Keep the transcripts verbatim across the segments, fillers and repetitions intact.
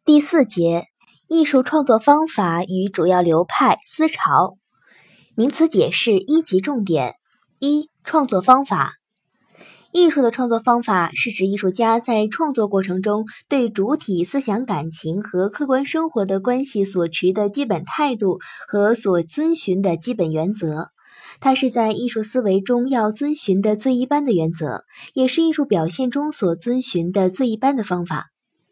第四节，艺术创作方法与主要流派思潮。名词解释一级重点。一、创作方法。艺术的创作方法是指艺术家在创作过程中对主体思想感情和客观生活的关系所持的基本态度和所遵循的基本原则。它是在艺术思维中要遵循的最一般的原则，也是艺术表现中所遵循的最一般的方法。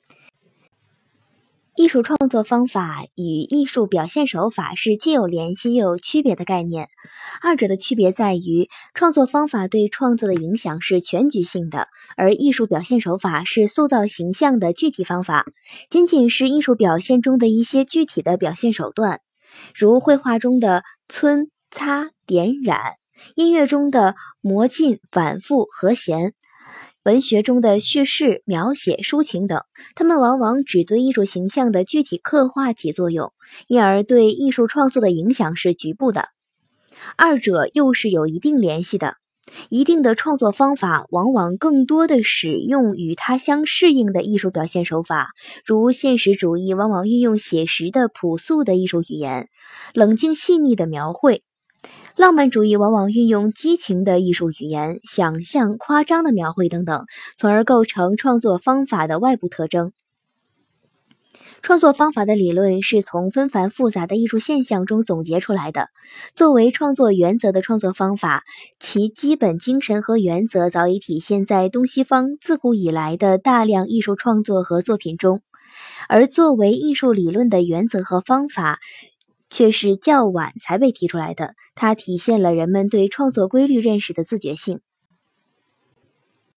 艺术创作方法与艺术表现手法是既有联系又有区别的概念。二者的区别在于，创作方法对创作的影响是全局性的，而艺术表现手法是塑造形象的具体方法，仅仅是艺术表现中的一些具体的表现手段，如绘画中的皴、擦、点、染，音乐中的磨进、反复、和弦，文学中的叙事、描写、抒情等，它们往往只对艺术形象的具体刻画起作用，因而对艺术创作的影响是局部的。二者又是有一定联系的，一定的创作方法往往更多的使用与它相适应的艺术表现手法，如现实主义往往运用写实的朴素的艺术语言，冷静细腻的描绘。浪漫主义往往运用激情的艺术语言、想象、夸张的描绘等等，从而构成创作方法的外部特征。创作方法的理论是从纷繁复杂的艺术现象中总结出来的。作为创作原则的创作方法，其基本精神和原则早已体现在东西方自古以来的大量艺术创作和作品中，而作为艺术理论的原则和方法却是较晚才被提出来的，它体现了人们对创作规律认识的自觉性。